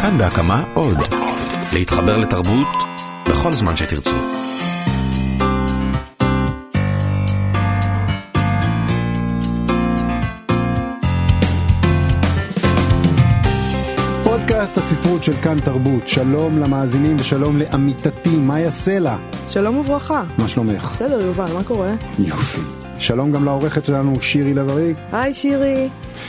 כאן בהקמה עוד. להתחבר לתרבות בכל זמן שתרצו. פודקאסט הספרות של כאן תרבות. שלום למאזינים ושלום לעמיתתי מאיה סלע. שלום וברכה. מה שלומך? בסדר יובל, מה קורה? יופי. שלום גם לעורכת שלנו שירי לב-ארי. היי שירי.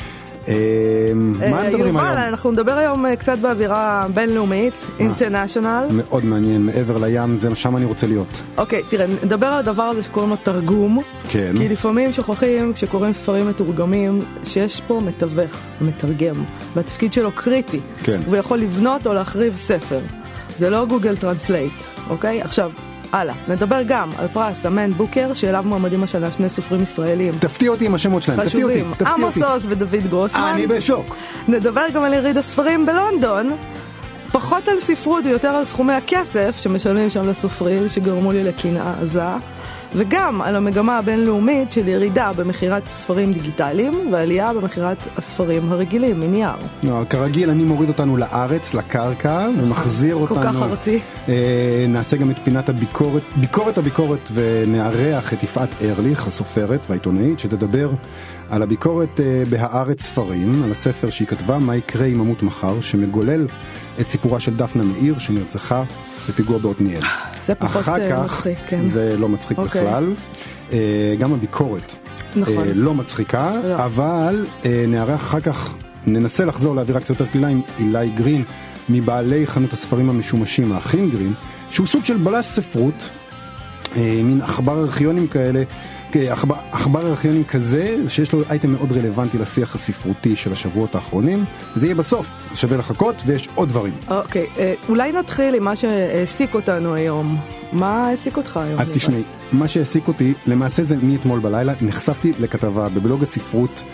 מה מדברים יובל, היום? אנחנו נדבר היום קצת באווירה בינלאומית, אינטרנשיונל. מאוד מעניין, מעבר לים, זה שם אני רוצה להיות. אוקיי, תראה, נדבר על הדבר הזה שקוראים לו תרגום. כן. כי לפעמים שוכחים, כשקוראים ספרים מתורגמים, שיש פה מתווך, מתרגם, והתפקיד שלו קריטי. כן. הוא יכול לבנות או להחריב ספר. זה לא גוגל טרנסלייט, אוקיי? עכשיו, הלאה, נדבר גם על פרס אמן בוקר, שאליו מועמדים השנה שני סופרים ישראלים. תפתיע אותי עם השמות שלהם, תפתיע אותי. חשובים, עמוס עוז ודוד גרוסמן. אני בשוק. נדבר גם על יריד הספרים בלונדון, פחות על ספרות ויותר על סכומי הכסף שמשלמים שם לסופרים שגרמו לי לקנאה עזה, וגם על המגמה הבינלאומית של ירידה במחירת ספרים דיגיטליים ועלייה במחירת הספרים הרגילים מנייר. כרגיל אני מוריד אותנו לארץ, לקרקע, ומחזיר אותנו. כל כך ארצי. נעשה גם את פינת הביקורת ונערך את יפעת ארליך, הסופרת והעיתונאית, שתדבר על הביקורת בהארץ ספרים, על הספר שהיא כתבה, מה יקרה אם אמות מחר, שמגולל את סיפורה של דפנה מאיר שנרצחה בפיגוע בעתניאל. זה פחות מצחיק, כן. זה לא מצחיק בכלל. גם הביקורת לא מצחיקה, אבל נערך אחר כך, ננסה לחזור לאווירה קצת יותר קלילה עם אילי גרין, מבעלי חנות הספרים המשומשים, האחים גרין, שהוא סוג של בלש ספרות, מין עכבר ארכיונים כאלה, עכבר ארכיונים כזה, שיש לו אייטם מאוד רלוונטי לשיח הספרותי של השבועות האחרונים. זה יהיה בסוף, שווה לחכות, ויש עוד דברים. אוקיי, אולי נתחיל עם מה שהעסיק אותנו היום. מה העסיק אותך היום? אז תשמעי, מה שהעסיק אותי, למעשה זה מאתמול בלילה, נחשפתי לכתבה בבלוג הספרות,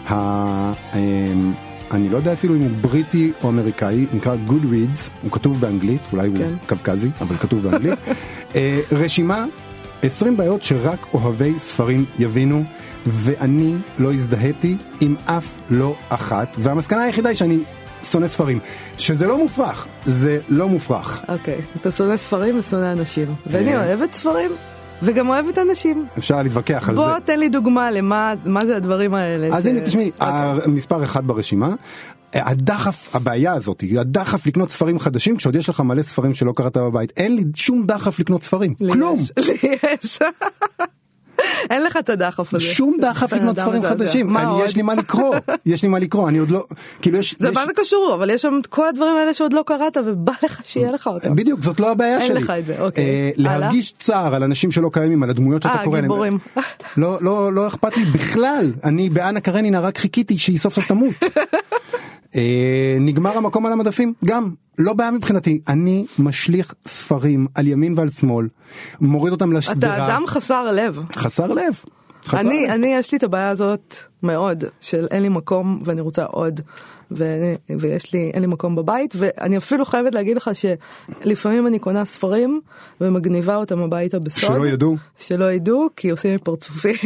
אני לא יודע אפילו אם הוא בריטי או אמריקאי, נקרא Goodreads, הוא כתוב באנגלית, אולי הוא קווקזי, אבל כתוב באנגלית. רשימה 20 בעיות שרק אוהבי ספרים יבינו, ואני לא הזדהיתי עם אף לא אחת, והמסקנה היחידה היא שאני שונא ספרים, שזה לא מופרך, זה לא מופרך. אוקיי, אתה שונא ספרים ושונא אנשים, ואני אוהבת ספרים וגם אוהבת אנשים. אפשר להתווכח על זה. בוא תן לי דוגמה מה זה הדברים האלה. אז הנה תשמעי, המספר 1 ברשימה, הבעיה הזאת, הדחף לקנות ספרים חדשים, כשעוד יש לך מלא ספרים שלא קראת בבית, אין לי שום דחף לקנות ספרים, כלום. לי יש. אין לך את הדחף הזה. שום דחף לקנות ספרים חדשים. יש לי מה לקרוא, אני עוד לא, כאילו יש... זה מה זה קשור, אבל יש שם כל הדברים האלה שעוד לא קראת, ובא לך שיהיה לך אותם. בדיוק, זאת לא הבעיה שלי. אין לך את זה, אוקיי. להרגיש צער על אנשים שלא קיימים, על הדמויות שאתה קורא. גיבורים. לא אכפת לי בכלל. אני באנה קרנינה רק חיכיתי שהיא סוף סוף תמות. נגמר המקום על המדפים, גם לא בעיה מבחינתי, אני משליך ספרים על ימין ועל שמאל, מוריד אותם לשדרה. אתה אדם חסר לב. חסר לב. אני יש לי את הבעיה הזאת מאוד, של אין לי מקום ואני רוצה עוד, אין לי מקום בבית, ואני אפילו חייבת להגיד לך שלפעמים אני קונה ספרים ומגניבה אותם הביתה בסוד. שלא ידעו, כי עושים לי פרצופים.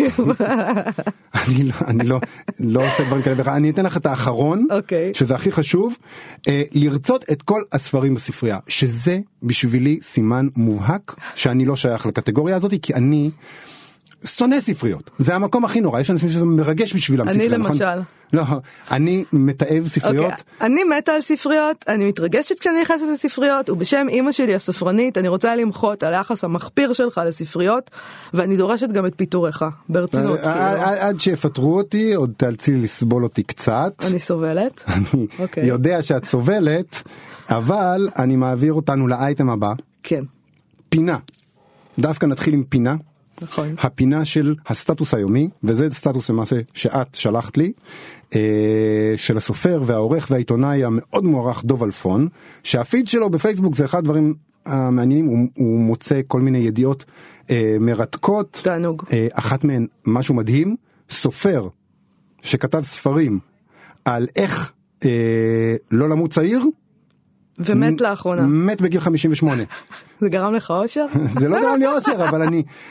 אני לא עושה דברים כאלה. אני אתן לך את האחרון, שזה הכי חשוב, לרצות את כל הספרים בספרייה, שזה בשבילי סימן מובהק שאני לא שייך לקטגוריה הזאת, כי אני שונא ספריות. זה המקום הכי נורא. יש אנשים שזה מרגש בשבילם ספריות. אני למשל. לא, אני מתאהב ספריות. אני מתה על ספריות, אני מתרגשת כשאני נכנסת לספריות, ובשם אמא שלי הספרנית, אני רוצה למחות על היחס המחפיר שלך לספריות, ואני דורשת גם את פיתורך, ברצינות. עד שיפטרו אותי, עוד תאלצי לסבול אותי קצת. אני סובלת. אני יודע שאת סובלת, אבל אני מעביר אותנו לאייטם הבא. כן. פינה. דווקא נתחיל עם פינה. נכון. הפינה של הסטטוס היומי, וזה סטטוס למעשה שאת שלחת לי, של הסופר והעורך והעיתונאי המאוד מוערך דוב אלפון, שהפיד שלו בפייסבוק זה אחד הדברים המעניינים, הוא מוצא כל מיני ידיעות מרתקות. תענוג. אחת מהן משהו מדהים, סופר שכתב ספרים על איך לא למות צעיר, ומת לאחרונה. מת בגיל 58. זה גרם לך אושר? זה לא גרם לי אושר, אבל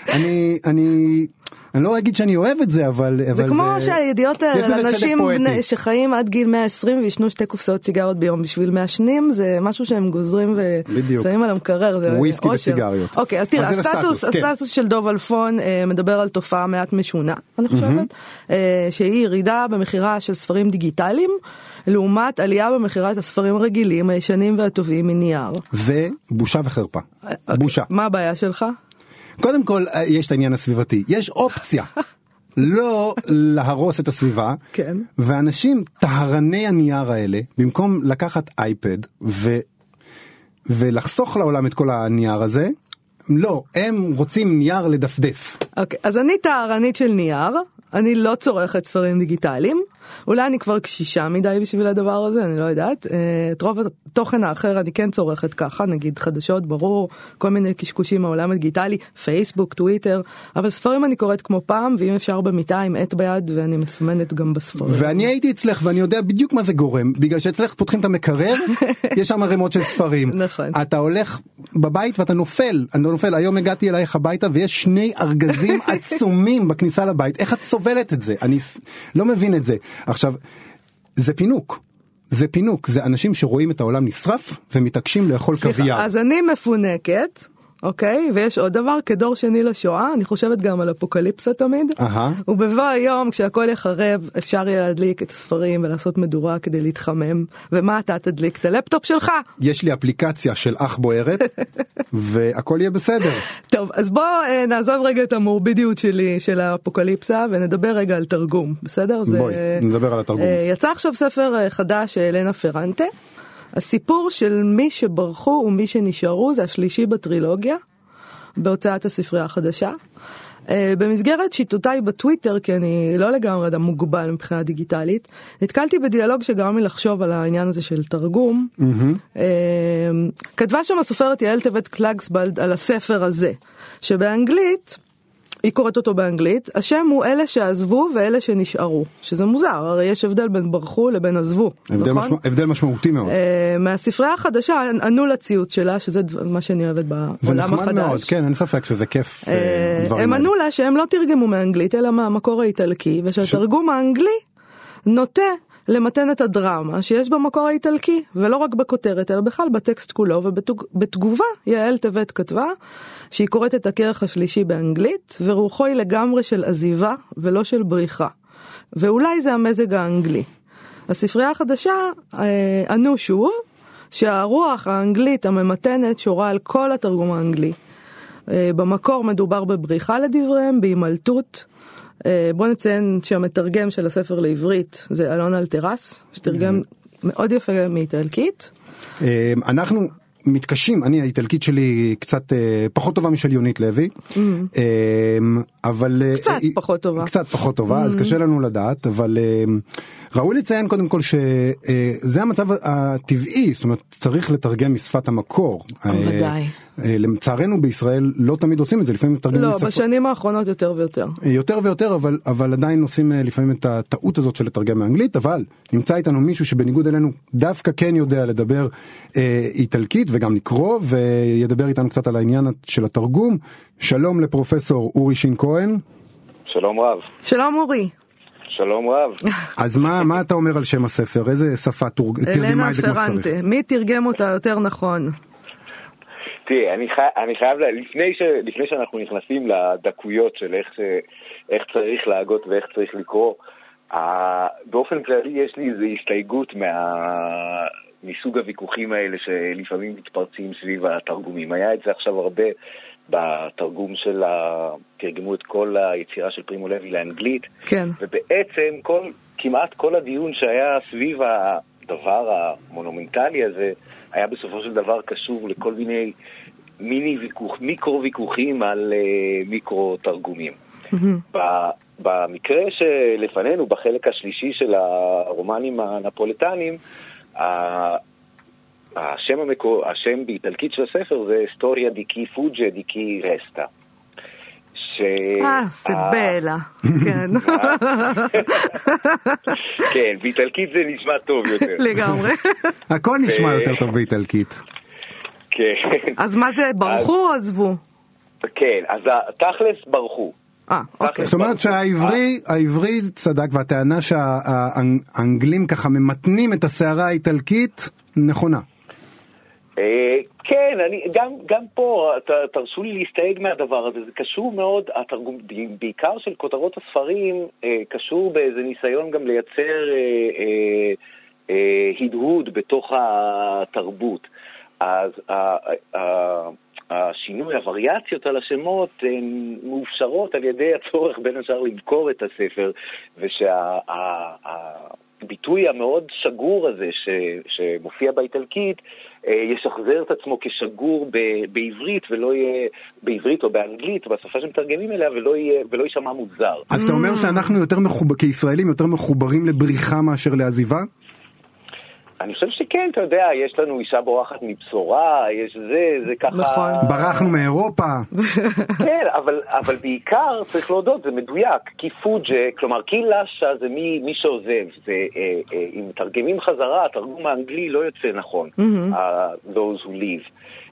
אני לא אגיד שאני אוהב את זה, אבל זה כמו שהידיעות לאנשים שחיים עד גיל 120 וישנו 2 קופסאות סיגרות ביום בשביל מעשנים, זה משהו שהם גוזרים ושמים על המקרר, זה וויסקי וסיגריות. אוקיי, אז תראה, הסטטוס של דוב אלפון מדבר על תופעה מעט משונה, אני חושבת, שהיא ירידה במחירה של ספרים דיגיטליים, לעומת עלייה במחירת הספרים הרגילים, הישנים והטובים מנייר. זה בושה וחרפה. בושה. מה הבעיה שלך? קודם כל, יש את העניין הסביבתי. יש אופציה לא להרוס את הסביבה, כן. ואנשים, טהרני הנייר האלה, במקום לקחת אייפד ולחסוך לעולם את כל הנייר הזה, לא, הם רוצים נייר לדפדף. אוקיי, אז אני טהרנית של נייר, אני לא צורכת ספרים דיגיטליים, אולי אני כבר קשישה מדי בשביל הדבר הזה, אני לא יודעת. את רוב התוכן האחר אני כן צורכת ככה, נגיד חדשות, ברור, כל מיני קשקושים מהעולם הדיגיטלי, פייסבוק, טוויטר, אבל ספרים אני קוראת כמו פעם, ואם אפשר במיטה עם עט ביד, ואני מסמנת גם בספרים. ואני הייתי אצלך, ואני יודע בדיוק מה זה גורם, בגלל שאצלך פותחים את המקרר, יש שם רמות של ספרים. נכון. אתה הולך בבית ואתה נופל, היום הגעתי אלייך הביתה, ויש 2 ארגזים עצומים בכניסה לבית, איך את סובלת את זה? אני לא מבין את זה. עכשיו, זה פינוק. זה אנשים שרואים את העולם נשרף ומתעקשים לאכול קוויאר. אז אני מפונקת, אוקיי? ויש עוד דבר, כדור שני לשואה, אני חושבת גם על אפוקליפסה תמיד. ובבוא היום, כשהכל יחרב, אפשר יהיה להדליק את הספרים ולעשות מדורה כדי להתחמם. ומה אתה תדליק? את הלפטופ שלך? יש לי אפליקציה של אח בוערת, והכל יהיה בסדר. טוב, אז בוא נעזוב רגע את המורבידיות שלי, של האפוקליפסה, ונדבר רגע על תרגום, בסדר? בואי, נדבר על התרגום. יצא עכשיו ספר חדש של אלנה פרנטה, הסיפור של מי שברחו ומי שנשארו, זה השלישי בטרילוגיה, בהוצאת הספרייה החדשה. במסגרת שיטותיי בטוויטר, כי אני לא לגמרי אדם מוגבל מבחינה דיגיטלית, נתקלתי בדיאלוג שגרם לי לחשוב על העניין הזה של תרגום. כתבה שם הסופרת יעל טבת קלגסבלד על הספר הזה, שבאנגלית, היא קוראת אותו באנגלית, השם הוא אלה שעזבו ואלה שנשארו, שזה מוזר, הרי יש הבדל בין ברחו לבין עזבו, נכון? הבדל משמעותי מאוד. מהספרייה החדשה ענו לציוץ שלה, שזה מה שאני אוהבת בעולם החדש. זה נחמד מאוד, כן, אין ספק שזה כיף. הם ענו לה שהם לא תרגמו מאנגלית, אלא מהמקור האיטלקי, ושהתרגום האנגלי נוטה למתן את הדרמה שיש במקור האיטלקי, ולא רק בכותרת, אלא בכלל בטקסט כולו, ובתגובה יעל טבת כתבה שהיא קוראת את הכרך השלישי באנגלית, ורוחו היא לגמרי של עזיבה ולא של בריחה. ואולי זה המזג האנגלי. הספרייה החדשה ענו שוב שהרוח האנגלית הממתנת שורה על כל התרגום האנגלי. במקור מדובר בבריחה לדבריהם, בהימלטות. בוא נציין שהמתרגם של הספר לעברית זה אלון אלטרס, שתרגם מאוד יפה מאיטלקית. אנחנו מתקשים, האיטלקית שלי קצת פחות טובה משל יונית לוי, אבל קצת פחות טובה, אז קשה לנו לדעת, אבל ראוי לציין קודם כל שזה המצב הטבעי, זאת אומרת צריך לתרגם משפת המקור. ודאי. לצערנו בישראל לא תמיד עושים את זה, לפעמים מתרגמים לא, בשנים האחרונות יותר ויותר. יותר ויותר, אבל עדיין עושים לפעמים את הטעות הזאת של לתרגם מאנגלית, אבל נמצא איתנו מישהו שבניגוד אלינו דווקא כן יודע לדבר איטלקית וגם לקרוא, וידבר איתנו קצת על העניין של התרגום. שלום לפרופסור אורי שין כהן. שלום רב. שלום אורי. שלום רב. אז מה אתה אומר על שם הספר? איזה שפה תרגמה את זה כמו שצריך? מי תרגם אותה יותר נכון? תראה, אני חייב, לפני שאנחנו נכנסים לדקויות של איך צריך להגות ואיך צריך לקרוא, באופן כללי יש לי איזו הסתייגות מסוג הוויכוחים האלה שלפעמים מתפרצים סביב התרגומים. היה את זה עכשיו הרבה בתרגום של תרגמו את כל היצירה של פרימו לוי לאנגלית, כן. ובעצם כמעט כל הדיון שהיה סביב הדבר המונומנטלי הזה היה בסופו של דבר קשור לכל מיני מיקרו ויכוחים על מיקרו תרגומים. במקרה שלפנינו, בחלק השלישי של הרומנים הנפולטנים, השם באיטלקית של הספר זה סטוריה די קי פוג'ה די קי רסטה. סבלה. כן. כן, באיטלקית זה נשמע טוב יותר. לגמרי. הכל נשמע יותר טוב באיטלקית. כן. אז מה זה, ברחו או עזבו? כן, אז תכלס ברחו. אוקיי. זאת אומרת שהעברי צדק, והטענה שהאנגלים ככה ממתנים את השערה האיטלקית נכונה. כן, גם פה תרשו לי להסתייג מהדבר הזה, זה קשור מאוד, התרגום, בעיקר של כותרות הספרים, קשור באיזה ניסיון גם לייצר הדהוד בתוך התרבות. אז השינוי, הווריאציות על השמות הן מאופשרות על ידי הצורך בין השאר למכור את הספר, ושהביטוי המאוד שגור הזה שמופיע באיטלקית ישחזר את עצמו כשגור בעברית, ולא יהיה בעברית או באנגלית, בשפה שמתרגמים אליה, ולא יישמע מוזר. אז אתה אומר שאנחנו כישראלים יותר מחוברים לבריחה מאשר לעזיבה? אני חושב שכן, אתה יודע, יש לנו אישה בורחת מבשורה, יש זה ככה... נכון. ברחנו מאירופה. כן, אבל בעיקר, צריך להודות, זה מדויק, כי פוג'ה, כלומר, כי לשה זה מי שעוזב, זה, אם מתרגמים חזרה, התרגום האנגלי לא יוצא נכון, those who leave.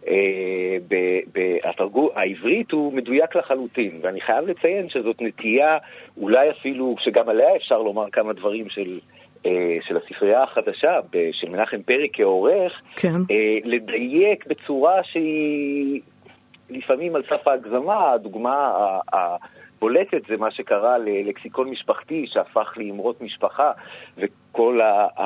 התרגום העברית הוא מדויק לחלוטין, ואני חייב לציין שזאת נטייה, אולי אפילו, שגם עליה אפשר לומר כמה דברים של הספרייה החדשה, של מנחם פרי כעורך, כן. לדייק בצורה שהיא לפעמים על סף ההגזמה. הדוגמה הבולטת זה מה שקרה ללקסיקון משפחתי, שהפך לאמרות משפחה, וכל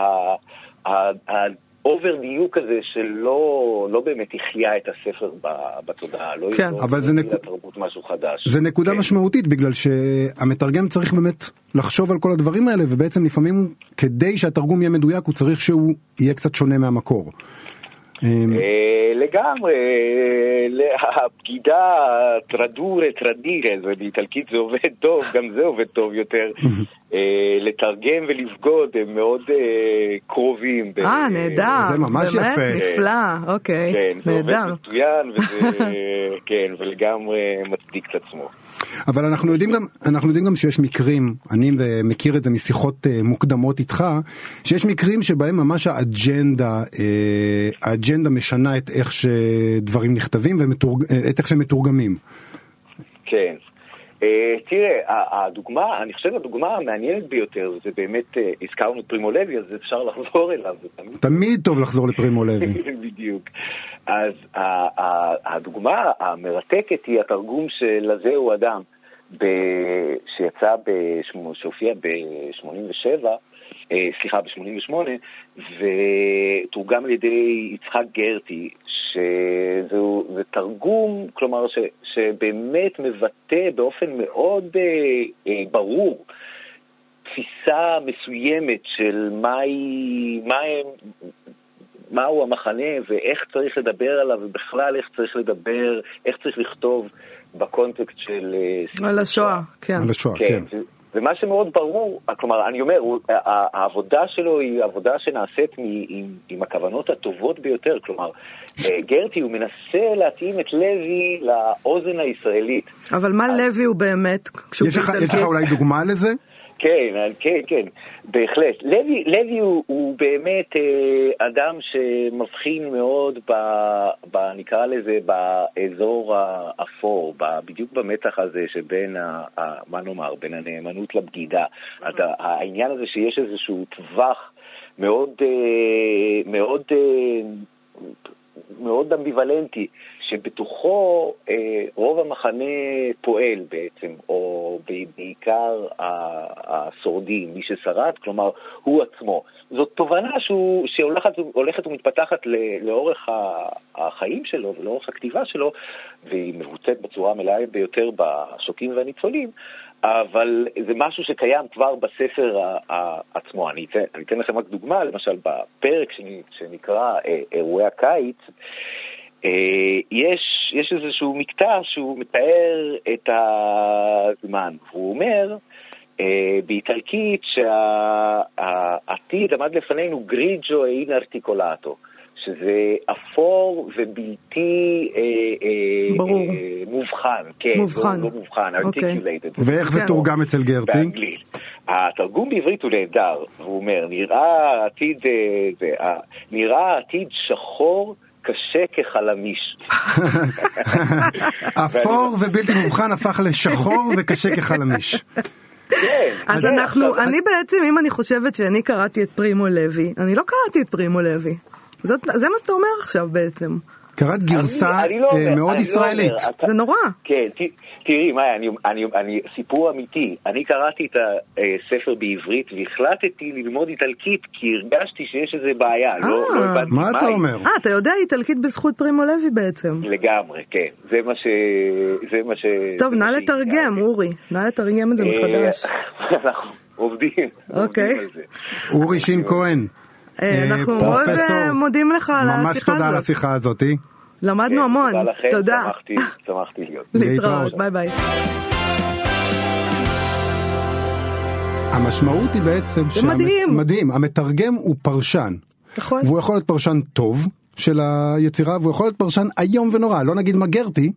האובר דיוק הזה שלא באמת החיה את הספר בתודעה, לא כן, אבל זה לתרבות משהו חדש. זה נקודה כן. משמעותית, בגלל שהמתרגם צריך באמת לחשוב על כל הדברים האלה, ובעצם לפעמים כדי שהתרגום יהיה מדויק הוא צריך שהוא יהיה קצת שונה מהמקור. לגמרי, הבגידה טרדירה, זה באיטלקית זה עובד טוב, גם זה עובד טוב יותר. לתרגם ולבגוד הם מאוד קרובים. נהדר, זה ממש יפה. נפלא, אוקיי, כן, זה עובד נהדר. מצוין, כן, ולגמרי מצדיק את עצמו. אבל אנחנו יודעים גם שיש מקרים, אני מכיר את זה משיחות מוקדמות איתך, שיש מקרים שבהם ממש האג'נדה משנה את איך שדברים נכתבים ואת איך שמתורגמים. כן. תראה, אני חושב הדוגמה המעניינת ביותר, זה באמת, הזכרנו את פרימו לוי, אז אפשר לחזור אליו. תמיד טוב לחזור לפרימו לוי. בדיוק. אז הדוגמה המרתקת היא התרגום של "לזהו אדם", שהופיע ב-88, ותורגם על ידי יצחק גרטי, שזה תרגום, כלומר, שבאמת מבטא באופן מאוד ברור תפיסה מסוימת של מהו המחנה ואיך צריך לדבר עליו, ובכלל איך צריך לדבר, איך צריך לכתוב בקונטקסט של... על השואה, כן. על השואה, כן. ומה שמאוד ברור, כלומר, אני אומר, העבודה שלו היא עבודה שנעשית עם הכוונות הטובות ביותר, כלומר, גרטי הוא מנסה להתאים את לוי לאוזן הישראלית. אבל מה לוי הוא באמת? יש לך אולי דוגמה לזה? כן, בהחלט. לוי הוא באמת אדם שמבחין מאוד נקרא לזה באזור האפור, בדיוק במתח הזה שבין מה נאמר, בין הנאמנות לבגידה. העניין הזה שיש איזשהו טווח מאוד אמביוולנטי, שבתוכו רוב המחנה פועל בעצם, או בעיקר השורדים, מי ששרד, כלומר הוא עצמו. זאת תובנה שהולכת ומתפתחת לאורך החיים שלו ולאורך הכתיבה שלו, והיא מבוצעת בצורה מלאה ביותר בשוקים והניצולים, אבל זה משהו שקיים כבר בספר עצמו. אני אתן לכם רק דוגמה, למשל בפרק שנקרא אירועי הקיץ, יש איזשהו מקטע שהוא מתאר את הזמן, הוא אומר באיטלקית שהעתיד עמד לפנינו גריג'ו אין ארטיקולטו, שזה אפור ובלתי מובחן, כן, לא מובחן, articulated. ואיך זה תורגם אצל גרטי? באנגלית. התרגום בעברית הוא נהדר, הוא אומר, נראה עתיד שחור, קשה כחלמיש. אפור ובלתי מובחן הפך לשחור וקשה כחלמיש. אז אני בעצם, אם אני חושבת שאני קראתי את פרימו לוי, אני לא קראתי את פרימו לוי. זה מה שאתה אומר עכשיו בעצם. קראת גרסה מאוד ישראלית. זה נורא. כן, תראי, מאי, סיפור אמיתי. אני קראתי את הספר בעברית והחלטתי ללמוד איטלקית כי הרגשתי שיש איזה בעיה. מה אתה אומר? אתה יודע איטלקית בזכות פרימו לוי בעצם. לגמרי, כן. זה מה ש... טוב, נא לתרגם, אורי. נא לתרגם את זה מחדש. אנחנו עובדים. אוקיי. אורי שין כהן. אנחנו מאוד מודים לך על השיחה הזאת. ממש תודה על השיחה הזאת. למדנו המון. תודה. שמחתי להיות. להתראות, ביי ביי. המשמעות היא בעצם מדהים, המתרגם הוא פרשן. נכון. והוא יכול להיות פרשן טוב של היצירה, והוא יכול להיות פרשן היום ונורא, לא נגיד מגרתי,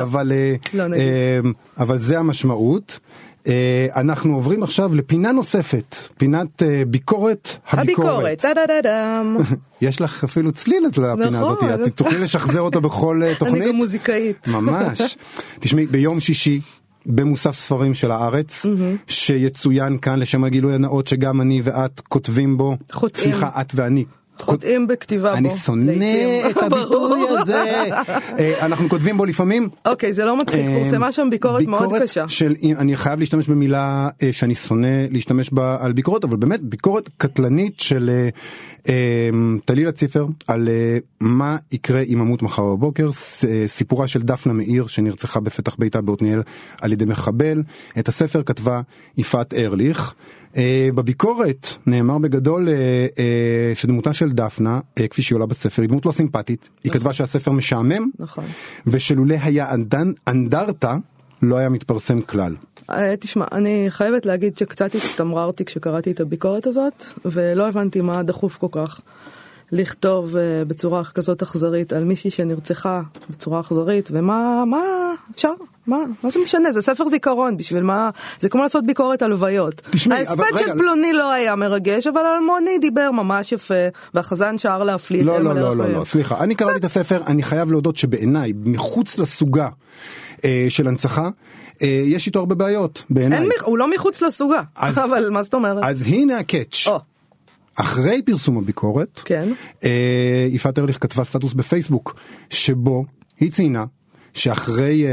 אבל זה המשמעות. אנחנו עוברים עכשיו לפינה נוספת, פינת ביקורת הביקורת. יש לך אפילו צליל לפינה הזאת, את תוכלי לשחזר אותו בכל תוכנית. אני גם מוזיקאית. ממש. תשמעי, ביום שישי במוסף ספרים של הארץ, שיצוין כאן לשם הגילוי הנאות שגם אני ואת כותבים בו, סליחה, את ואני חוטאים בכתיבה בו. אני שונא את הביטוי הזה. אנחנו כותבים בו לפעמים. אוקיי, זה לא מצחיק, פורסמה שם ביקורת מאוד קשה. אני חייב להשתמש במילה שאני שונא להשתמש בה על ביקורת, אבל באמת ביקורת קטלנית של תלילה ציפר על מה יקרה אם אמות מחר בבוקר, סיפורה של דפנה מאיר שנרצחה בפתח ביתה בעתניאל על ידי מחבל. את הספר כתבה יפעת ארליך. בביקורת נאמר בגדול שדמותה של דפנה, כפי שהיא עולה בספר, היא דמות לא סימפטית. היא כתבה שהספר משעמם, ושלולא היה אנדרטה לא היה מתפרסם כלל. תשמע, אני חייבת להגיד שקצת הצטמררתי כשקראתי את הביקורת הזאת, ולא הבנתי מה דחוף כל כך לכתוב בצורה כזאת אכזרית על מישהי שנרצחה בצורה אכזרית, ומה אפשר? מה זה משנה? זה ספר זיכרון, בשביל מה? זה כמו לעשות ביקורת על הוויות. ההספד של פלוני לא היה מרגש, אבל אלמוני דיבר ממש יפה, והחזן שער להפליט. לא, סליחה, אני קראתי את הספר, אני חייב להודות שבעיניי, מחוץ לסוגה של הנצחה, יש איתו הרבה בעיות, בעיניי. הוא לא מחוץ לסוגה, אבל מה זאת אומרת? אז הנה הקאץ'. אחרי פרסום הביקורת, יפעת ארליך כתבה סטטוס בפייסבוק, שבו היא ציינה שאחרי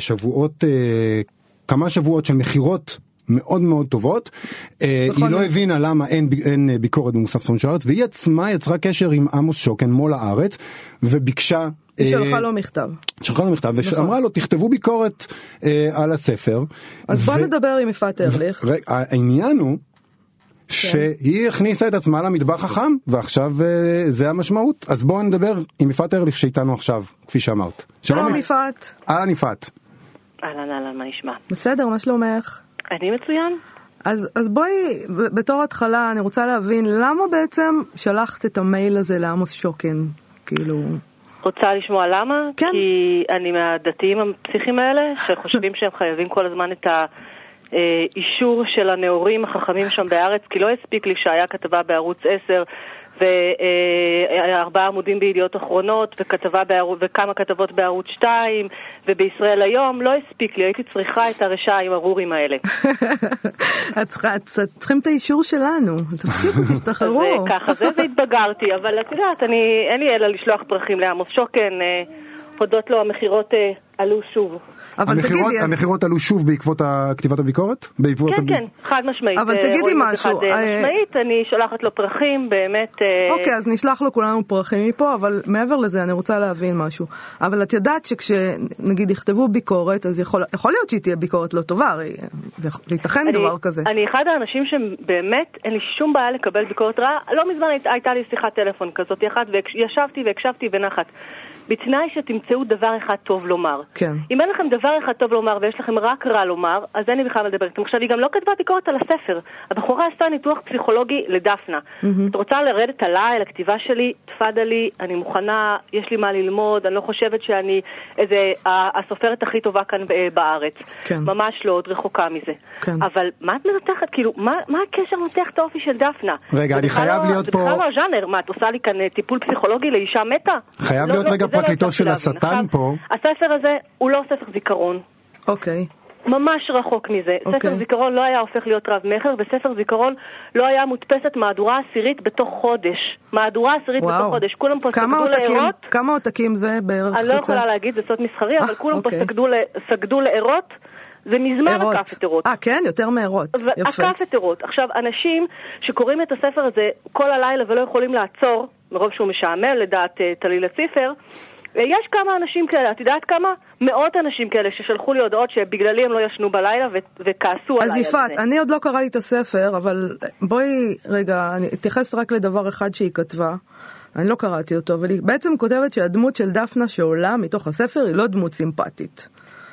כמה שבועות של מחירות מאוד מאוד טובות, היא לא הבינה למה אין ביקורת במוסף ספרים של הארץ, והיא עצמה יצרה קשר עם עמוס שוקן מול הארץ, וביקשה... היא שלחה לו מכתב. ואמרה לו, תכתבו ביקורת על הספר. אז בוא נדבר עם יפעת ארליך. העניין הוא, שהיא הכניסה את עצמה למטבח החם, ועכשיו זה המשמעות. אז בואו נדבר עם יפעת ארליך שאיתנו עכשיו, כפי שאמרת. שלום יפעת. אהלן יפעת. אהלן, מה נשמע? בסדר, מה שלומך? אני מצוין. אז בואי, בתור התחלה, אני רוצה להבין, למה בעצם שלחת את המייל הזה לעמוס שוקן? כאילו... רוצה לשמוע למה? כן. כי אני מהדתיים הפסיכים האלה, שחושבים שהם חייבים כל הזמן את האישור של הנאורים החכמים שם בארץ, כי לא הספיק לי שהיה כתבה בערוץ 10 ו4 עמודים בידיעות אחרונות וכמה כתבות בערוץ 2 ובישראל היום, לא הספיק לי, הייתי צריכה את הרשעים הרורים האלה. צריכים את האישור שלנו, תפסיקו, תשתחררו. אז ככה זה והתבגרתי, אבל את יודעת, אין לי אלא לשלוח פרחים לעמוס שוקן, הודות לו המחירות עלו שוב. המחירות עלו שוב בעקבות כתיבת הביקורת? כן, חד משמעית. אבל תגידי משהו. אני שולחת לו פרחים, באמת... אוקיי, אז נשלח לו כולנו פרחים מפה, אבל מעבר לזה אני רוצה להבין משהו. אבל את יודעת שכשנגיד יכתבו ביקורת, אז יכול להיות שהיא תהיה ביקורת לא טובה, להתכן דבר כזה. אני אחד האנשים שבאמת אין לי שום בעיה לקבל ביקורת רעה. לא מזמן הייתה לי שיחת טלפון כזאת אחת, וישבתי והקשבתי ונחת. בתנאי שתמצאו דבר אחד טוב לומר, כן. אם אין לכם דבר אחד טוב לומר ויש לכם רק רע לומר, אז אין לי בכלל לדבר איתם. עכשיו, היא גם לא כתבה ביקורת על הספר. הבחורה עשתה ניתוח פסיכולוגי לדפנה. את רוצה לרדת עליי, לכתיבה שלי, תפדה לי, אני מוכנה, יש לי מה ללמוד, אני לא חושבת שאני הסופרת הכי טובה כאן בארץ. כן. ממש לא, עוד רחוקה מזה. כן. אבל מה את מנתחת? כאילו, מה הקשר לנתח את האופי של דפנה? רגע, אני חייב להיות פה... זה בכלל לא הז'אנר, מה, את עושה לי כאן טיפול פסיכולוגי לאישה מתה? חייב להיות רגע פרקליטו של השטן פה. הספר הזה הוא לא ספר זיכרון. אוקיי. ממש רחוק מזה. ספר זיכרון לא היה הופך להיות רב מחר, וספר זיכרון לא היה מודפסת מהדורה עשירית בתוך חודש. מהדורה עשירית בתוך חודש. כולם פה סגדו לעירות. כמה עותקים זה בערך? אני לא יכולה להגיד, זה סוד מסחרי, אבל כולם פה סגדו לעירות. זה מזמן הקף עירות. כן, יותר מעירות. הקף עירות. עכשיו, אנשים שקוראים את הספר הזה כל הלילה ולא יכולים לעצור, מרוב שהוא משעמם לדעת תליל הציפר, יש כמה אנשים כאלה, את יודעת כמה? מאות אנשים כאלה ששלחו לי הודעות שבגללי הם לא ישנו בלילה וכעסו עליי. אז יפעת, אני עוד לא קראתי את הספר, אבל בואי רגע, אני אתייחס רק לדבר אחד שהיא כתבה. אני לא קראתי אותו, אבל היא בעצם כותבת שהדמות של דפנה שעולה מתוך הספר היא לא דמות סימפטית.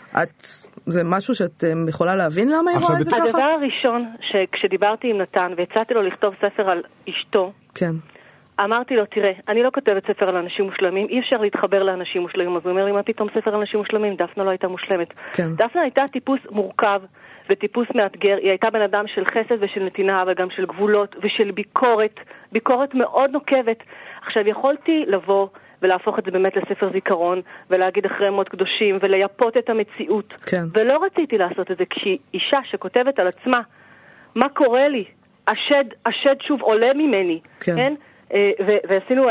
זה משהו שאת יכולה להבין למה היא רואה את זה ככה? הדבר הראשון שכשדיברתי עם נתן והצעתי לו לכתוב ספר על אשתו, כן. אמרתי לו, תראה, אני לא כותבת ספר על אנשים מושלמים, אי אפשר להתחבר לאנשים מושלמים. אז הוא אומר לי, מה פתאום ספר על אנשים מושלמים? דפנה לא הייתה מושלמת. כן. דפנה הייתה טיפוס מורכב וטיפוס מאתגר. היא הייתה בן אדם של חסד ושל נתינה, אבל גם של גבולות ושל ביקורת. ביקורת מאוד נוקבת. עכשיו, יכולתי לבוא ולהפוך את זה באמת לספר זיכרון, ולהגיד אחרי מות קדושים, ולייפות את המציאות. כן. ולא רציתי לעשות את זה, כשהיא אישה שכותבת על עצמה, מה קורה לי? השד שוב עולה ממני. כן. כן? ועשינו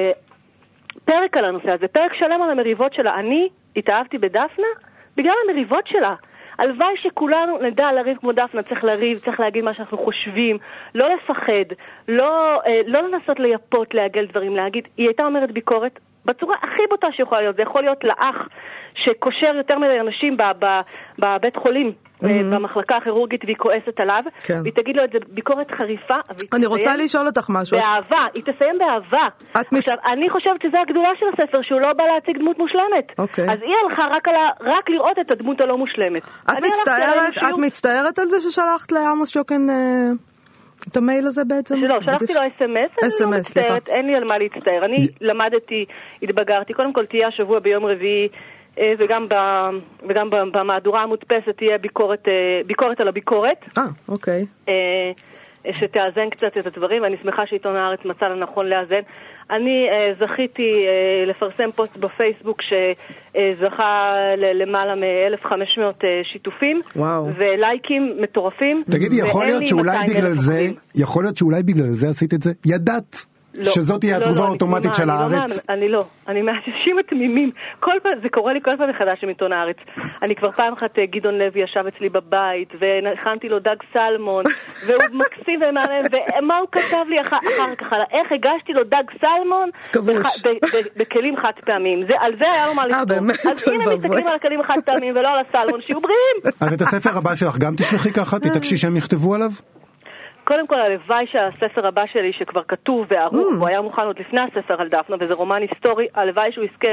פרק על הנושא הזה, פרק שלם על המריבות שלה. אני התאהבתי בדפנה בגלל המריבות שלה. הלוואי שכולנו נדע לריב כמו דפנה, צריך לריב, צריך להגיד מה שאנחנו חושבים, לא לפחד, לא לנסות לייפות, להגל דברים, להגיד. היא הייתה אומרת ביקורת בצורה הכי בוטה שיכולה להיות. זה יכול להיות לאח שקושר יותר מדי אנשים בבית חולים, במחלקה הכירורגית, והיא כועסת עליו, והיא תגיד לו את זה ביקורת חריפה. אני רוצה לשאול אותך משהו. באהבה, היא תסיים באהבה. עכשיו, אני חושבת שזה הגדולה של הספר, שהוא לא בא להציג דמות מושלמת. אז היא הלכה רק לראות את הדמות הלא מושלמת. את מצטערת על זה ששלחת לעמוס שוקן את המייל הזה בעצם? לא, שלחתי לו אס-אמס, אני לא מצטערת, אין לי על מה להצטער. אני למדתי, התבגרתי, קודם כל תהיה השבוע ביום רביעי, וגם במהדורה המודפסת תהיה ביקורת על הביקורת. אוקיי. שתאזן קצת את הדברים, ואני שמחה שעיתון הארץ מצא לנכון לאזן. אני זכיתי לפרסם פוסט בפייסבוק שזכה למעלה מ-1,500 שיתופים, ולייקים מטורפים. תגידי, יכול להיות שאולי בגלל זה עשית את זה? ידעת שזאת תהיה התגובה האוטומטית של הארץ? אני מהאנשים התמימים. זה קורה לי כל פעם מחדש עם עיתון הארץ. אני כבר פעם אחת, גדעון לוי ישב אצלי בבית, והכנתי לו דג סלמון, והוא מקסים ומעניין, ומה הוא כתב לי אחר כך, איך הגשתי לו דג סלמון בכלים חד פעמים. על זה היה לו מה לכתוב. אז אם הם מסתכלים על הכלים חד פעמים ולא על הסלמון, שיהיו בריאים. אז את הספר הבא שלך גם תשלחי ככה? תתעקשי שהם יכתבו עליו? קודם כל, הלוואי שהספר הבא שלי, שכבר כתוב וערוך, הוא היה מוכן עוד לפני הספר על דפנה, וזה רומן היסטורי, הלוואי שהוא יזכה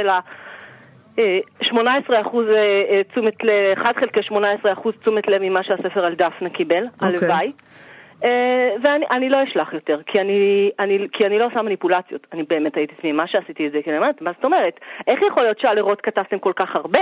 ל-18% תשומת לב, 1/18% תשומת לב ממה שהספר על דפנה קיבל, הלוואי. ואני לא אשלח יותר, כי אני לא עושה מניפולציות. אני באמת הייתי תמימה מה שעשיתי את זה, כי אני אומרת, מה זאת אומרת? איך יכול להיות שעל עירות כתבתם כל כך הרבה?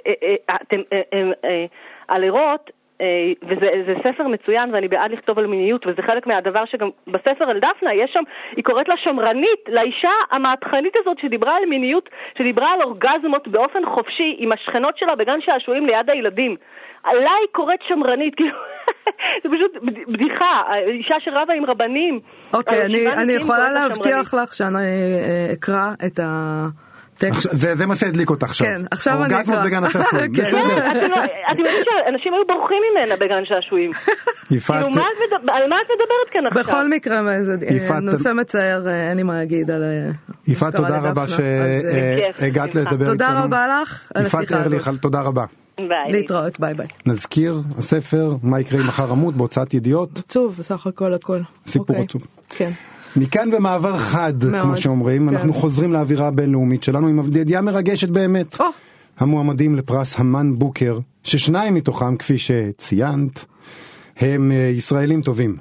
על עירות, וזה ספר מצוין, ואני בעד לכתוב על מיניות, וזה חלק מהדבר שגם בספר על דפנה יש שם, היא קוראת לה שמרנית, לאישה המהפכנית הזאת שדיברה על מיניות, שדיברה על אורגזמות באופן חופשי עם השכנות שלה בגן שעשועים ליד הילדים. עליי היא קוראת שמרנית, כאילו זה פשוט בדיחה, אישה שרבה עם רבנים. אוקיי, אני יכולה להבטיח לך שאני אקרא את זה מה שהדליק אותך עכשיו. כן, עכשיו אני אקרא. אורגזמות בגן השעשועים, בסדר. אתם יודעים שאנשים היו בורחים ממנה בגן שעשועים. יפעת. על מה את מדברת כאן עכשיו? בכל מקרה, נושא מצער, אין לי מה להגיד על... יפעת, תודה רבה שהגעת לדבר איתנו. תודה רבה לך על השיחה הזאת. יפעת ארליך, תודה רבה. להתראות, ביי ביי. נזכיר, הספר, מה יקרה עם מחר עמוד, בהוצאת ידיעות. עצוב, בסך הכל. סיפור עצוב. כן. מכאן במעבר חד, כמו שאומרים, אנחנו חוזרים לאווירה הבינלאומית שלנו עם ידיעה מרגשת באמת. המועמדים לפרס המן בוקר, ששניים מתוכם, כפי שציינת, הם ישראלים טובים.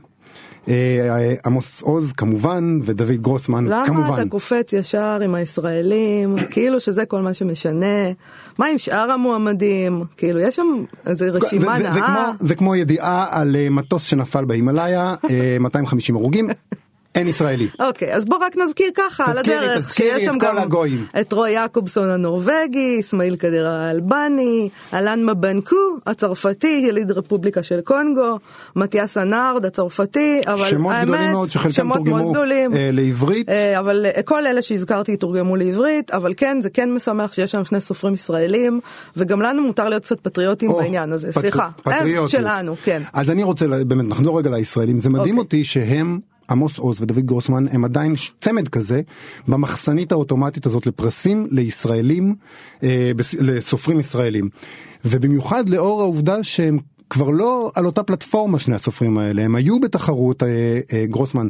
עמוס עוז כמובן, ודוד גרוסמן כמובן. למה אתה קופץ ישר עם הישראלים, כאילו שזה כל מה שמשנה? מה עם שאר המועמדים? כאילו יש שם איזו רשימה נאה. זה כמו ידיעה על מטוס שנפל בהימלאיה, 250 הרוגים. אין ישראלי. אוקיי, אז בוא רק נזכיר ככה על הדרך, שיש שם גם את רוי יעקובסון הנורווגי, אסמאעיל קדיר האלבני, אלן מבנקו הצרפתי, יליד רפובליקה של קונגו, מתיאס אנארד הצרפתי, אבל שמות גדולים מאוד שחלקם תורגמו לעברית. אבל כל אלה שהזכרתי תורגמו לעברית, אבל כן, זה כן משמח שיש שם שני סופרים ישראלים, וגם לנו מותר להיות קצת פטריוטים בעניין הזה, סליחה. פטריוטיות. שלנו, כן. אז אני רוצה באמת נחזור רגע לישראלים, זה מדהים אותי שהם עמוס עוז ודוד גרוסמן הם עדיין צמד כזה במחסנית האוטומטית הזאת לפרסים לישראלים, לסופרים ישראלים, ובמיוחד לאור העובדה שהם כבר לא על אותה פלטפורמה שני הסופרים האלה, הם היו בתחרות. גרוסמן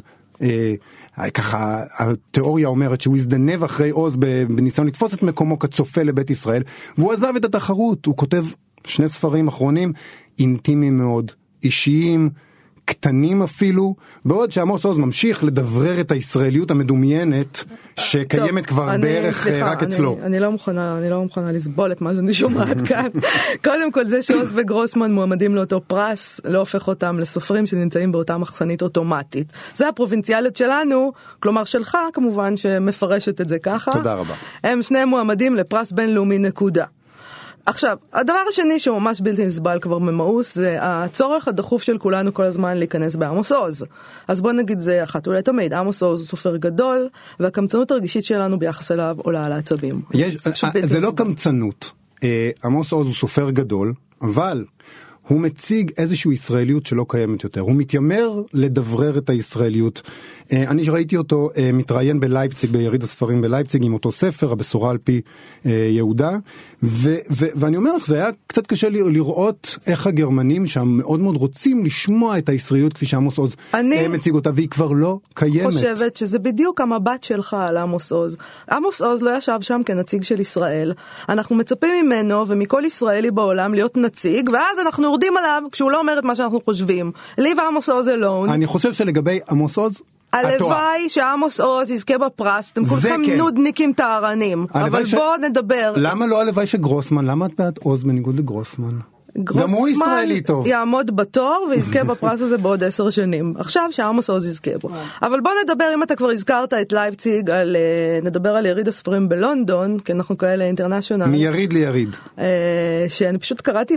ככה התיאוריה אומרת שהוא הזדנב אחרי עוז בניסיון לתפוס את מקומו כצופה לבית ישראל, והוא עזב את התחרות. הוא כותב שני ספרים אחרונים אינטימיים מאוד, אישיים, קטנים אפילו, בעוד שעמוס עוז ממשיך לדברר את הישראליות המדומיינת שקיימת כבר בערך רק אצלו. אני לא מוכנה לסבול את מה שאני שומעת כאן. קודם כל זה שעוז וגרוסמן מועמדים לאותו פרס לא הופך אותם לסופרים שנמצאים באותה מחסנית אוטומטית. זה הפרובינציאלית שלנו, כלומר שלך כמובן שמפרשת את זה ככה. תודה רבה. הם שני מועמדים לפרס בינלאומי נקודה. עכשיו, הדבר השני שהוא ממש בלתי נסבל כבר ממאוס, זה הצורך הדחוף של כולנו כל הזמן להיכנס בעמוס עוז. אז בוא נגיד זה אחת אולי תמיד, עמוס עוז הוא סופר גדול, והקמצנות הרגישית שלנו ביחס אליו עולה על העצבים. זה לא קמצנות. עמוס עוז הוא סופר גדול, אבל הוא מציג איזושהי ישראליות שלא קיימת יותר. הוא מתיימר לדברר את הישראליות. אני ראיתי אותו מתראיין בלייפציג, ביריד הספרים בלייפציג, עם אותו ספר, הבשורה על פי יהודה, ואני אומר לך, זה היה קצת קשה לראות איך הגרמנים שם מאוד מאוד רוצים לשמוע את הישראליות כפי שעמוס עוז מציג אותה, והיא כבר לא קיימת. אני חושבת שזה בדיוק המבט שלך על עמוס עוז. עמוס עוז לא ישב שם כנציג של ישראל. אנחנו מצפים ממנו ומכל ישראלי בעולם להיות נציג, ואז אנחנו יורדים עליו כשהוא לא אומר את מה שאנחנו חושבים. לי ועמוס עוז אלון. אני חושב שלגבי עמוס עוז הלוואי שעמוס עוז יזכה בפרס, אתם כולכם נודניקים טהרנים, אבל בואו נדבר. למה לא הלוואי שגרוסמן, למה את בעד עוז בניגוד לגרוסמן? גם הוא ישראלי טוב. יעמוד בתור ויזכה בפרס הזה בעוד 10 שנים. עכשיו שעמוס עוז יזכה בו. אבל בוא נדבר, אם אתה כבר הזכרת את לייפציג, נדבר על יריד הספרים בלונדון, כי אנחנו כאלה אינטרנשיונל. מיריד ליריד. שאני פשוט קראתי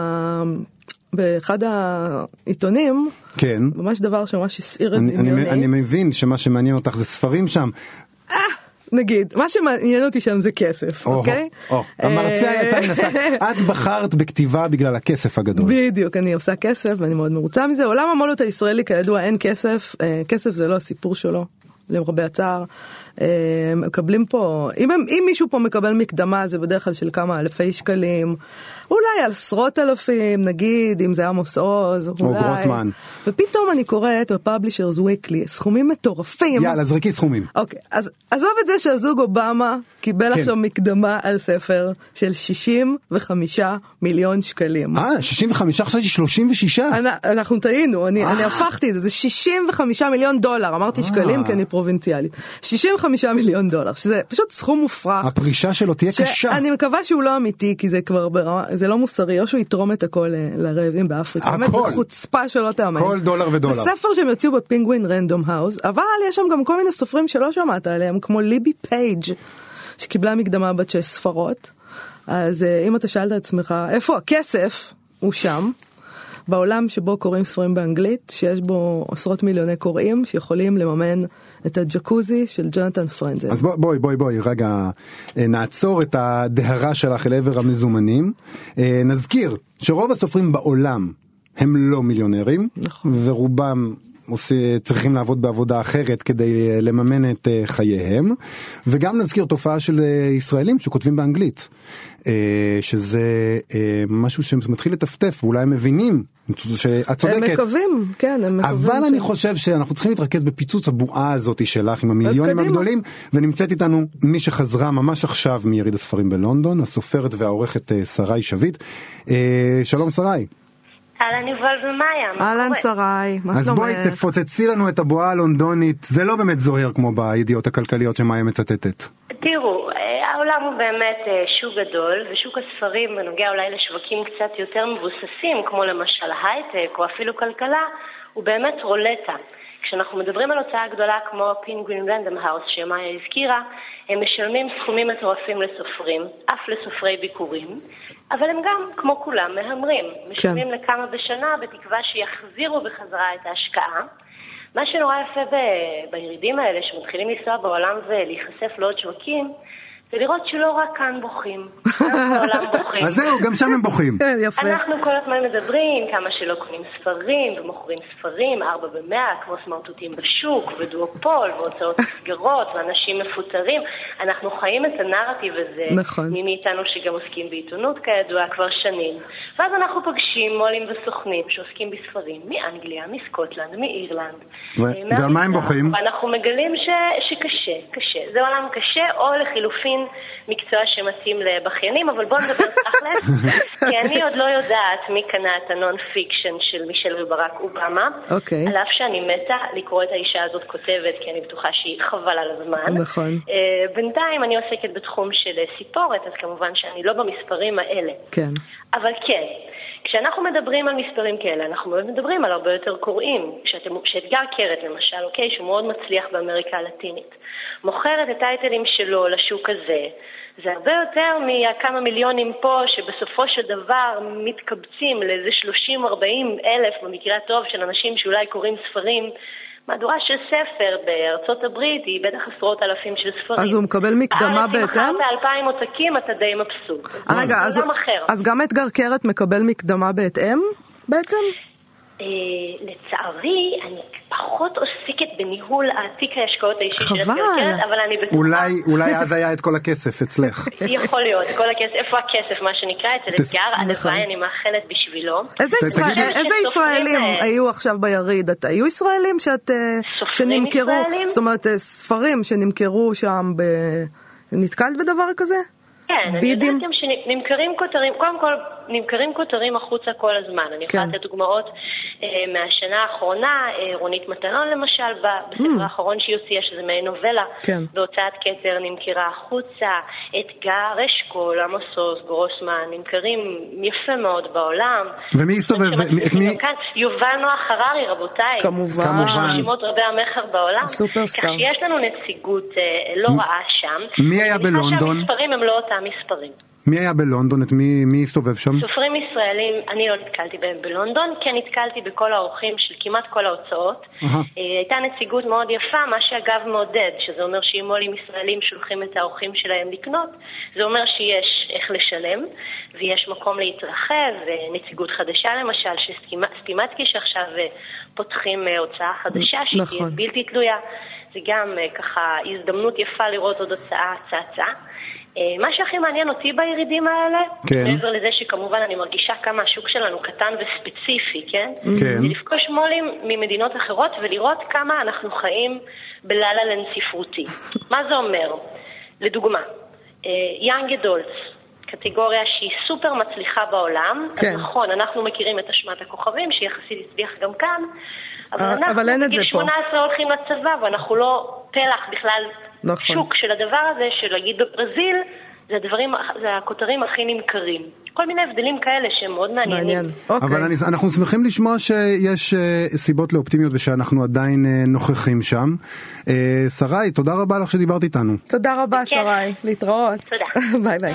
באחד העיתונים, כן. ממש דבר שממש הסעיר את דמיוני. אני מבין שמה שמעניין אותך זה ספרים שם. נגיד, מה שמעניין אותי שם זה כסף, אוקיי? המרצה יצא מנסה, את בחרת בכתיבה בגלל הכסף הגדול. בדיוק, אני עושה כסף ואני מאוד מרוצה מזה. עולם המו"לות הישראלי כידוע אין כסף, כסף זה לא הסיפור שלו, למרבה הצער. מקבלים פה, אם מישהו פה מקבל מקדמה זה בדרך כלל של כמה אלפי שקלים, אולי על עשרות אלפים, נגיד אם זה עמוס עוז, או גרוסמן. ופתאום אני קוראת בפאבלישרס וויקלי סכומים מטורפים. יאללה, זרקי סכומים. אוקיי, אז עזוב את זה שהזוג אובמה קיבל עכשיו מקדמה על ספר של 65 מיליון שקלים. 65, חשבתי 36. אנחנו טעינו, אני הפכתי את זה, זה 65 מיליון דולר, אמרתי שקלים כי אני פרובינציאלית. 65 מיליון דולר, שזה פשוט סכום מופרך. הפרישה שלו תהיה קשה. אני מקווה שהוא לא אמיתי, כי זה כבר ברמה, זה לא מוסרי, או שהוא יתרום את הכל לרעבים באפריקה. באמת, זה חוצפה שלא תאמן. כל דולר ודולר. זה ספר שהם יוציאו בפינגווין רנדום האוס, אבל יש שם גם כל מיני סופרים שלא שמעת עליהם, כמו ליבי פייג' שקיבלה מקדמה בת 6 ספרות. אז אם אתה שאלת את עצמך, איפה הכסף? הוא שם. בעולם שבו קוראים ספרים באנגלית, שיש בו עשרות מיליוני קוראים שיכולים לממן את הג'קוזי של ג'ונתן פרנזל. אז בואי, רגע, נעצור את הדהרה שלך אל עבר המזומנים. נזכיר שרוב הסופרים בעולם הם לא מיליונרים, נכון. ורובם צריכים לעבוד בעבודה אחרת כדי לממן את חייהם, וגם נזכיר תופעה של ישראלים שכותבים באנגלית, שזה משהו שמתחיל לטפטף, ואולי הם מבינים שאת צודקת. הם מקווים, כן, הם מקווים. אבל אני חושב שאנחנו צריכים להתרכז בפיצוץ הבועה הזאת שלך עם המיליונים הגדולים, ונמצאת איתנו מי שחזרה ממש עכשיו מיריד הספרים בלונדון, הסופרת והעורכת שרי שביט. שלום שרי. אהלן יובל ומאיה. אהלן שרי, מה שלומך? אז בואי תפוצצי לנו את הבועה הלונדונית, זה לא באמת זוהר כמו בידיעות הכלכליות שמאיה מצטטת. תראו, העולם הוא באמת שוק גדול, ושוק הספרים בנוגע אולי לשווקים קצת יותר מבוססים, כמו למשל הייטק או אפילו כלכלה, הוא באמת רולטה. כשאנחנו מדברים על הוצאה גדולה כמו פינגווין רנדום האוס שמאיה הזכירה, הם משלמים סכומים מטורפים לסופרים, אף לסופרי ביקורים, אבל הם גם, כמו כולם, מהמרים. משלמים לכמה בשנה בתקווה שיחזירו בחזרה את ההשקעה. מה שנורא יפה בירידים האלה שמתחילים לנסוע בעולם ולהיחשף לעוד שווקים, זה לראות שלא רק כאן בוכים, גם בעולם בוכים. אז זהו, גם שם הם בוכים. אנחנו כל הזמן מדברים כמה שלא קונים ספרים ומוכרים ספרים, 4 ב-100, כמו סמרטוטים בשוק, ודואופול, והוצאות סגרות, ואנשים מפוטרים. אנחנו חיים את הנרטיב הזה, מי מאיתנו שגם עוסקים בעיתונות כידוע כבר שנים. ואז אנחנו פוגשים מולים וסוכנים שעוסקים בספרים מאנגליה, מסקוטלנד, מאירלנד. ועל מה הם בוכים? ואנחנו מגלים שקשה, קשה. זה עולם קשה, או לחילופין מקצוע שמתאים לבחיינים, אבל בואו נדבר תכלס, כי אני עוד לא יודעת מי קנה את הנון פיקשן של מישל וברק אובמה, על אף שאני מתה לקרוא את האישה הזאת כותבת, כי אני בטוחה שהיא חבל על הזמן. נכון. בינתיים אני עוסקת בתחום של סיפורת, אז כמובן שאני לא במספרים האלה. כן. אבל כן, כשאנחנו מדברים על מספרים כאלה, אנחנו מדברים על הרבה יותר קוראים. שאתגר קרת למשל, אוקיי, שהוא מאוד מצליח באמריקה הלטינית, מוכר את הטייטלים שלו לשוק הזה, זה הרבה יותר מכמה מיליונים פה שבסופו של דבר מתקבצים לאיזה 30-40 אלף במקרה הטוב של אנשים שאולי קוראים ספרים. מהדורה של ספר בארצות הברית היא בטח עשרות אלפים של ספרים. אז הוא מקבל מקדמה בהתאם? אם מכרת 2,000 עותקים אתה די מבסוט. רגע, אז גם אתגר קרת מקבל מקדמה בהתאם בעצם? לצערי, אני פחות עוסקת בניהול העתיק ההשקעות האישי של אתגר קרת, אבל אני בטוחה... אולי אז היה את כל הכסף אצלך. יכול להיות, כל הכסף, איפה הכסף, מה שנקרא, אצל אתגר, הלוואי אני מאחלת בשבילו. איזה ישראלים היו עכשיו ביריד? היו ישראלים שנמכרו, זאת אומרת, ספרים שנמכרו שם, נתקלת בדבר כזה? כן, אני יודעת גם שנמכרים כותרים, קודם כל נמכרים כותרים החוצה כל הזמן. אני יכולה לתת דוגמאות מהשנה האחרונה, רונית מטלון למשל, בספר האחרון שהיא הוציאה, שזה מעין נובלה, בהוצאת כתר נמכרה החוצה, אתגר, אשכול, עמוס עוז, גרוסמן, נמכרים יפה מאוד בעולם. ומי הסתובב? יובל נוח הררי, רבותיי. כמובן. רשימות רבי המחר בעולם. סופרסטאר. כך שיש לנו נציגות לא רעה שם. מי היה בלונדון? המספרים הם לא אותם מספרים. מי היה בלונדון? מי הסתובב שם? סופרים ישראלים, אני לא נתקלתי בהם בלונדון, כן נתקלתי בכל האורחים של כמעט כל ההוצאות. הייתה נציגות מאוד יפה, מה שאגב מעודד, שזה אומר שאם מולים ישראלים שולחים את האורחים שלהם לקנות, זה אומר שיש איך לשלם, ויש מקום להתרחב, נציגות חדשה למשל, שסטימצקי שעכשיו פותחים הוצאה חדשה, שהיא בלתי תלויה. זה גם ככה הזדמנות יפה לראות עוד הוצאה צעצע. מה שהכי מעניין אותי בירידים האלה, מעבר לזה שכמובן אני מרגישה כמה השוק שלנו קטן וספציפי, כן? זה לפגוש מולים ממדינות אחרות ולראות כמה אנחנו חיים בללה-לנד ספרותי. מה זה אומר? לדוגמה, young adults, קטגוריה שהיא סופר מצליחה בעולם, אז נכון, אנחנו מכירים את אשמת הכוכבים, שיחסית הצליח גם כאן, אבל אנחנו בגיל 18 הולכים לצבא, ואנחנו לא פלח בכלל שוק של הדבר הזה, של להגיד בברזיל, זה הכותרים הכי נמכרים. כל מיני הבדלים כאלה שהם מאוד מעניינים. אבל אנחנו שמחים לשמוע שיש סיבות לאופטימיות ושאנחנו עדיין נוכחים שם. שרי, תודה רבה לך שדיברת איתנו. תודה רבה שרי, להתראות. תודה. ביי ביי.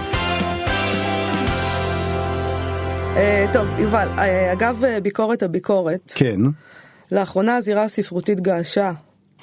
טוב, יובל, אגב הביקורת, כן. לאחרונה הזירה הספרותית געשה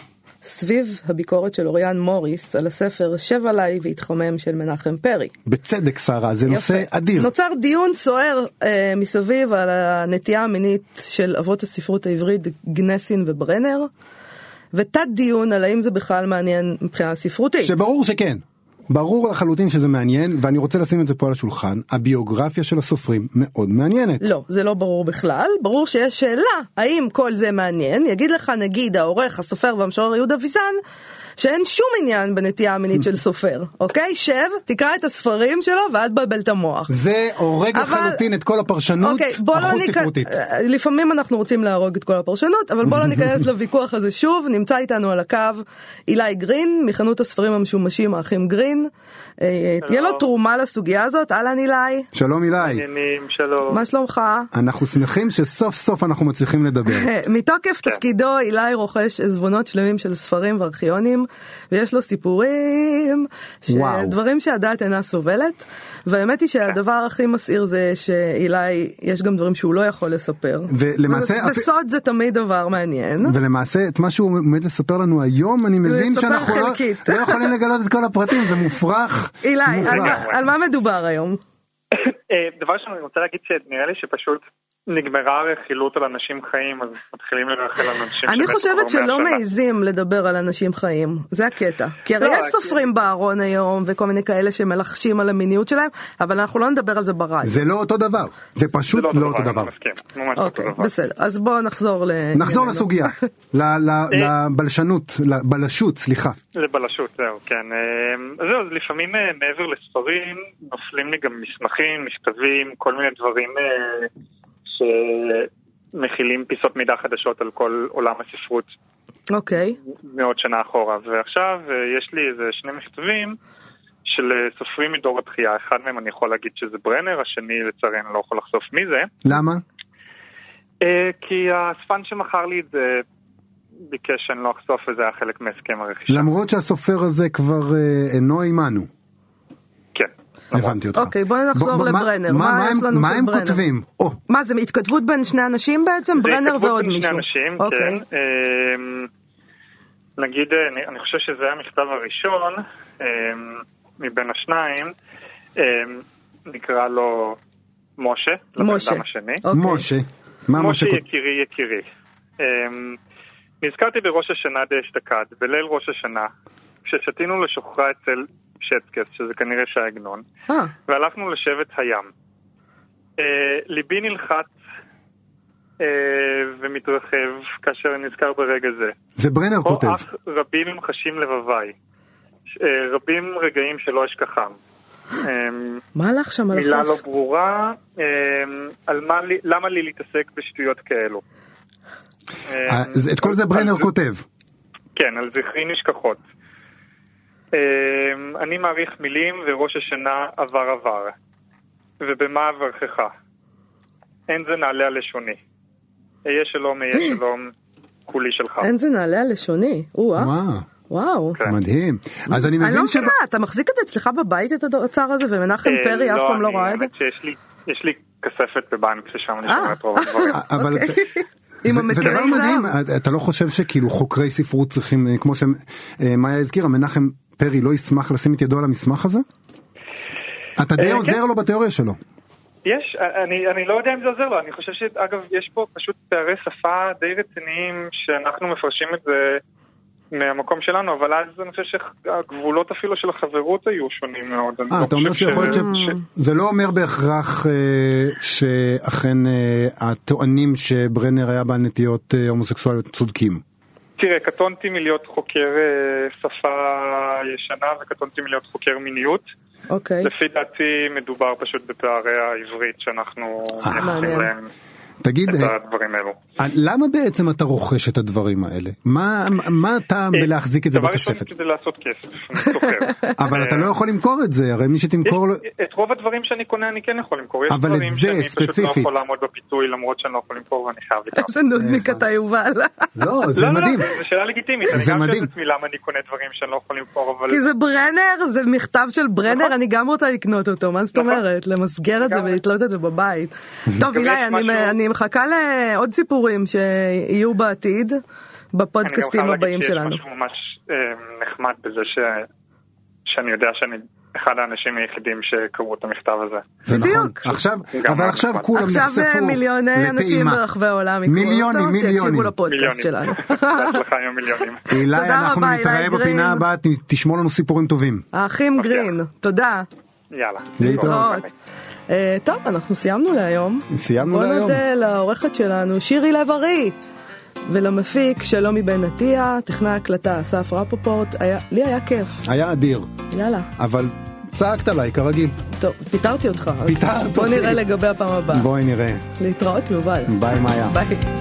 סביב הביקורת של אוריאן מוריס על הספר שב עליי והתחמם של מנחם פרי. בצדק שרה, זה נושא אדיר. נוצר דיון סוער מסביב על הנטייה המינית של אבות הספרות העברית גנסין וברנר, ותת דיון על האם זה בכלל מעניין מבחינה ספרותית. שברור שכן. ברור לחלוטין שזה מעניין, ואני רוצה לשים את זה פה על השולחן. הביוגרפיה של הסופרים מאוד מעניינת. לא, זה לא ברור בכלל. ברור שיש שאלה, האם כל זה מעניין? יגיד לך נגיד העורך, הסופר והמשורר יהודה ויזן, שאין שום עניין בנטייה המינית של סופר, אוקיי? שב, תקרא את הספרים שלו ועד בלבל את המוח. זה הורג לחלוטין את כל הפרשנות החוץ ספרותית. לפעמים אנחנו רוצים להרוג את כל הפרשנות, אבל בוא לא ניכנס לוויכוח הזה שוב. נמצא איתנו על הקו אילי גרין, מחנות הספרים המשומשים האחים גרין. תהיה לו תרומה לסוגיה הזאת. אהלן אילי. שלום אילי. שלום. מה שלומך? אנחנו שמחים שסוף סוף אנחנו מצליחים לדבר. מתוקף תפקידו אילי רוכש עזבונות שלמים של ספרים וארכיונים, ויש לו סיפורים, דברים שהדעת אינה סובלת, והאמת היא שהדבר הכי מסעיר זה שאילי יש גם דברים שהוא לא יכול לספר. וסוד זה תמיד דבר מעניין. ולמעשה את מה שהוא עומד לספר לנו היום, אני מבין שאנחנו לא יכולים לגלות את כל הפרטים, זה מופרך. אילי, על מה מדובר היום? דבר שאני רוצה להגיד שנראה לי שפשוט נגמרה הרכילות על אנשים חיים, אז מתחילים לרחל על אנשים. אני חושבת שלא מעיזים לדבר על אנשים חיים, זה הקטע. כי הרי יש סופרים בארון היום, וכל מיני כאלה שמלחשים על המיניות שלהם, אבל אנחנו לא נדבר על זה ברדיו. זה לא אותו דבר, זה פשוט לא אותו דבר. אוקיי, בסדר, אז בואו נחזור לסוגיה, לבלשנות, לבלשות, סליחה. לבלשות, זהו, כן. זהו, לפעמים מעבר לספרים, נופלים לי גם מסמכים, מכתבים, כל מיני דברים שמכילים פיסות מידע חדשות על כל עולם הספרות. אוקיי. מאות שנה אחורה. ועכשיו יש לי איזה שני מכתבים של סופרים מדור התחייה. אחד מהם אני יכול להגיד שזה ברנר, השני לצערי אני לא יכול לחשוף מי זה. למה? כי הספן שמכר לי את זה ביקש שאני לא אחשוף, וזה היה חלק מהסכם הרכישה. למרות שהסופר הזה כבר אינו עימנו. כן. הבנתי אותך. אוקיי, בואו נחזור לברנר. מה הם כותבים? מה, זה התכתבות בין שני אנשים בעצם? ברנר ועוד מישהו. זה התכתבות בין שני אנשים, כן. נגיד, אני חושב שזה המכתב הראשון מבין השניים, נקרא לו משה, לבן השני. משה. משה יקירי. נזכרתי בראש השנה דאשתקד, בליל ראש השנה, כששתינו לשוחרה אצל שטקס, שזה כנראה שהעגנון, והלכנו לשבת הים. ליבי נלחץ ומתרחב כאשר נזכר ברגע זה. זה ברנר כותב. כה אך רבים הם חשים לבבי, רבים רגעים שלא אשכחם. מה הלך שם על החוף? מילה לא ברורה, למה לי להתעסק בשטויות כאלו. את כל זה ברנר כותב. כן, על זכרי נשכחות. אני מעריך מילים וראש השנה עבר, ובמה אברכך? אין זה נעלה הלשוני. אהיה שלום, כולי שלך. אין זה נעלה הלשוני. וואו. מדהים. אז אני מבין אני לא מבינה, אתה מחזיק את זה אצלך בבית את האוצר הזה, ומנחם פרי אף פעם לא רואה את זה? יש לי כספת בבנק ששם אני שומע את רוב הדברים. אבל זה דבר מדהים, אתה לא חושב שכאילו חוקרי ספרות צריכים, כמו שמאיה הזכירה, מנחם פרי לא ישמח לשים את ידו על המסמך הזה? אתה די עוזר לו בתיאוריה שלו. אני לא יודע אם זה עוזר לו, אני חושב שאגב יש פה פשוט פערי שפה די רציניים שאנחנו מפרשים את זה מהמקום שלנו, אבל אז אני חושב שהגבולות אפילו של החברות היו שונים מאוד. אתה אומר שיכול להיות שזה לא אומר בהכרח שאכן הטוענים שברנר היה בעל נטיות הומוסקסואליות צודקים. תראה, קטונתי מלהיות חוקר שפה ישנה וקטונתי מלהיות חוקר מיניות. לפי דעתי מדובר פשוט בפערי העברית שאנחנו מייחסים להם. תגיד, את הדברים האלו. למה בעצם אתה רוכש את הדברים האלה? מה אתה בלהחזיק את זה בכספת? דבר ראשון כדי לעשות כסף, אני סוחר. אבל אתה לא יכול למכור את זה, הרי מי שתמכור... את רוב הדברים שאני קונה אני כן יכול למכור. אבל את זה ספציפית. אני פשוט לא יכול לעמוד בפיתוי למרות שאני לא יכול למכור ואני חייב לקרוא. איזה נודניק אתה יובל. לא, זה מדהים. לא, זו שאלה לגיטימית. אני גם שואל את עצמי למה אני קונה דברים שאני לא יכול למכור. כי זה ברנר, זה מכתב של ברנר, אני גם רוצה לקנות אותו. מה זאת אומרת? למסגר את זה ולתלות את זה בבית. טוב, אילי, אני מחכה לעוד סיפורים שיהיו בעתיד, בפודקאסטים הבאים שלנו. אני גם חייב להגיד שיש משהו ממש נחמד בזה שאני יודע שאני אחד האנשים היחידים שקראו את המכתב הזה. בדיוק. אבל עכשיו כולם נחשפו לטעימה. עכשיו מיליוני אנשים ברחבי העולם מיליונים. שיקשיבו לפודקאסט שלנו. בהצלחה עם מיליונים. אילי, אנחנו נתראה בפינה הבאה, תשמור לנו סיפורים טובים. האחים גרין, תודה. יאללה. להתראות. טוב, אנחנו סיימנו להיום. סיימנו להיום. בוא נודה לעורכת שלנו, שירי לב-ארי. ולמפיק שלומי בן נטיה, טכנאי הקלטה אסף רפופורט. לי היה כיף. היה אדיר. יאללה. אבל צעקת עליי כרגיל. טוב, פיתרתי אותך. פיתרת אותי. בוא נראה לגבי הפעם הבאה. בואי נראה. להתראות יובל. ביי מאיה. ביי.